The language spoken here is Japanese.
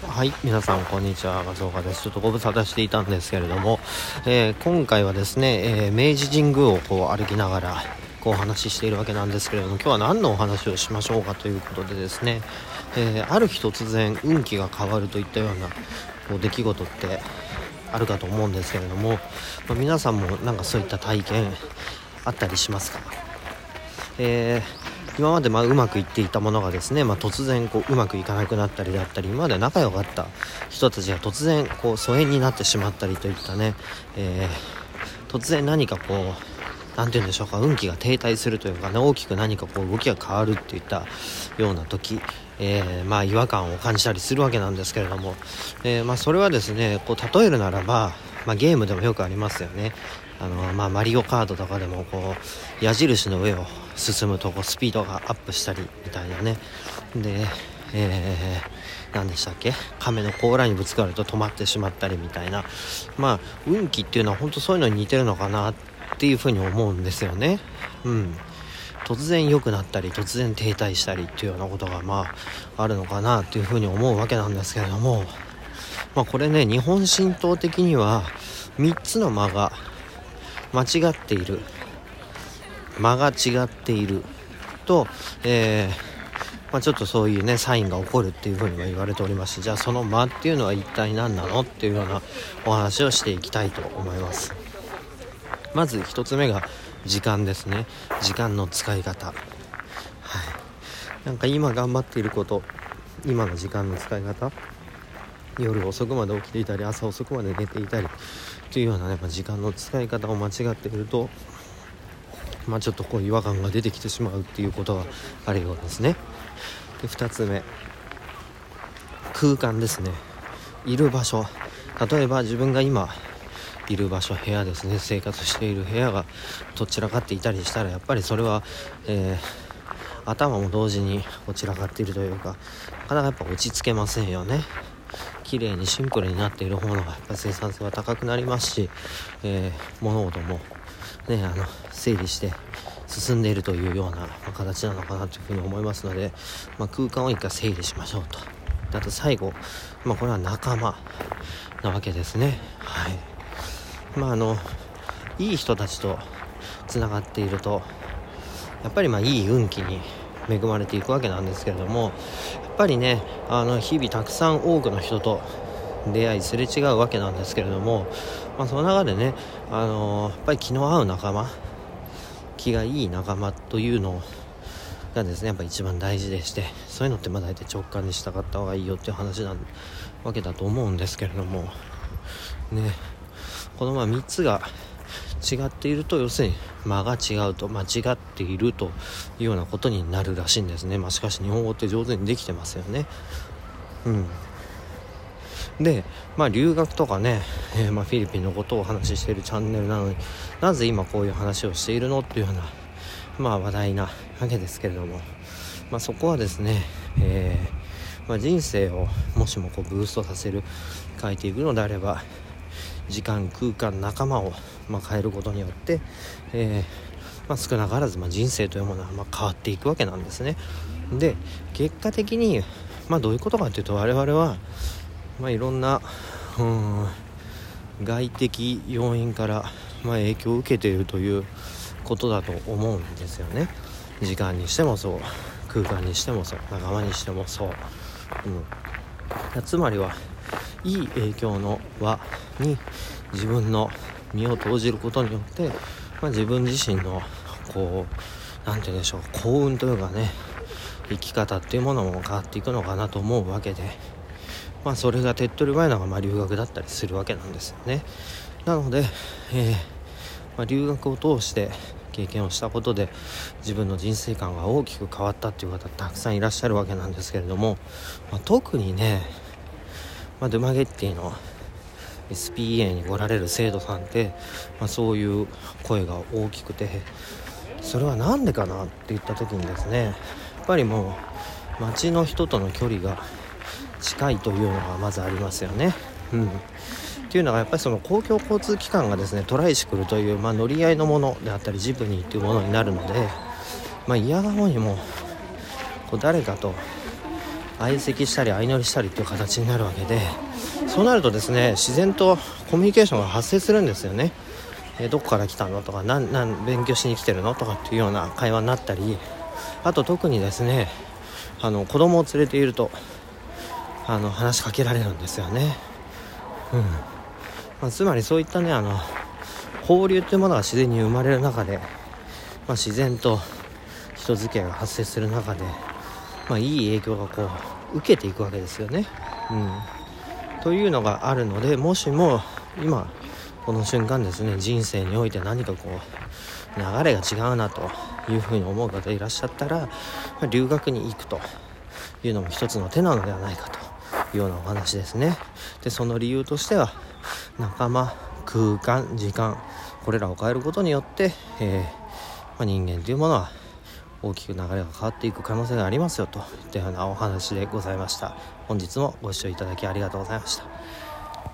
はい、皆さんこんにちは、松岡です。ちょっとご無沙汰していたんですけれども、今回はですね、明治神宮を歩きながらお話ししているわけなんですけれども、今日は何のお話をしましょうかということでですね、ある日突然運気が変わるといったような出来事ってあるかと思うんですけれども、皆さんもなんかそういった体験あったりしますか？今までうまくいっていたものがですね、突然うまくいかなくなったりだったり、今まで仲良かった人たちが突然疎遠になってしまったりといったね、突然何かなんて言うんでしょうか、運気が停滞するというかね、大きく何か動きが変わるっていったような時、違和感を感じたりするわけなんですけれども、それはですね、例えるならば、ゲームでもよくありますよね。マリオカードとかでも矢印の上を進むとスピードがアップしたりみたいなね。で、何でしたっけ、亀の甲羅にぶつかると止まってしまったりみたいな、運気っていうのは本当そういうのに似てるのかなっていうふうに思うんですよね。突然良くなったり突然停滞したりっていうようなことがあるのかなっていうふうに思うわけなんですけれども、これね、日本神道的には3つの間が間違っている、間が違っていると、ちょっとそういうねサインが起こるっていうふうには言われておりまして、じゃあその間っていうのは一体何なのっていうようなお話をしていきたいと思います。まず一つ目が時間ですね。時間の使い方、なんか今頑張っていること、今の時間の使い方、夜遅くまで起きていたり朝遅くまで寝ていたりというようなね、時間の使い方を間違っていると、ちょっと違和感が出てきてしまうっていうことがあるようですね。で、2つ目、空間ですね。いる場所、例えば自分が今いる場所、部屋ですね、生活している部屋がどちらかっていたりしたら、やっぱりそれは、頭も同時にどちらかっているというか、なかなかやっぱ落ち着けませんよね。綺麗にシンプルになっている方のがやっぱり生産性は高くなりますし、物事もね、整理して進んでいるというような、形なのかなというふうに思いますので、空間を一回整理しましょうと。あと最後、これは仲間なわけですね。いい人たちとつながっているとやっぱりいい運気に恵まれていくわけなんですけれども、やっぱりね、日々たくさん多くの人と出会いすれ違うわけなんですけれども、その中でね、やっぱり気の合う仲間、気がいい仲間というのがですね、やっぱ一番大事でして、そういうのって大体直感に従った方がいいよっていう話なわけだと思うんですけれどもね、この3つが違っていると、要するに間が違うと、間違っているというようなことになるらしいんですね。しかし日本語って上手にできてますよね。で、留学とかね、フィリピンのことをお話ししているチャンネルなのに、なぜ今こういう話をしているのっていうような、話題なわけですけれども、そこはですね、人生をもしもブーストさせる、変えていくのであれば、時間、空間、仲間を変えることによって、少なからず人生というものは変わっていくわけなんですね。で、結果的にどういうことかというと、我々はいろんな外的要因から影響を受けているということだと思うんですよね。時間にしてもそう、空間にしてもそう、仲間にしてもそう、つまりはいい影響の輪に自分の身を投じることによって、自分自身のなんて言うんでしょう、幸運というかね、生き方っていうものも変わっていくのかなと思うわけで、それが手っ取り早いのが留学だったりするわけなんですよね。なので、留学を通して経験をしたことで自分の人生観が大きく変わったっていう方たくさんいらっしゃるわけなんですけれども、特にね、ドゥマゲッティの SPA に来られる生徒さんって、そういう声が大きくて、それはなんでかなって言った時にですね、やっぱりもう街の人との距離が近いというのがまずありますよね。っていうのがやっぱりその公共交通機関がですね、トライシクルという乗り合いのものであったりジプニーというものになるので、嫌がおうにも誰かと相席したり相乗りしたりっていう形になるわけで、そうなるとですね、自然とコミュニケーションが発生するんですよね。どこから来たのとか、勉強しに来てるのとかっていうような会話になったり、あと特にですね、子供を連れていると話しかけられるんですよね。つまりそういったね、交流というものが自然に生まれる中で、自然と人付き合いが発生する中で、いい影響が受けていくわけですよね。というのがあるので、もしも今この瞬間ですね、人生において何か流れが違うなというふうに思う方いらっしゃったら、留学に行くというのも一つの手なのではないかというようなお話ですね。で、その理由としては、仲間、空間、時間、これらを変えることによって、人間というものは大きく流れが変わっていく可能性がありますよといったようなお話でございました。本日もご視聴いただきありがとうございました。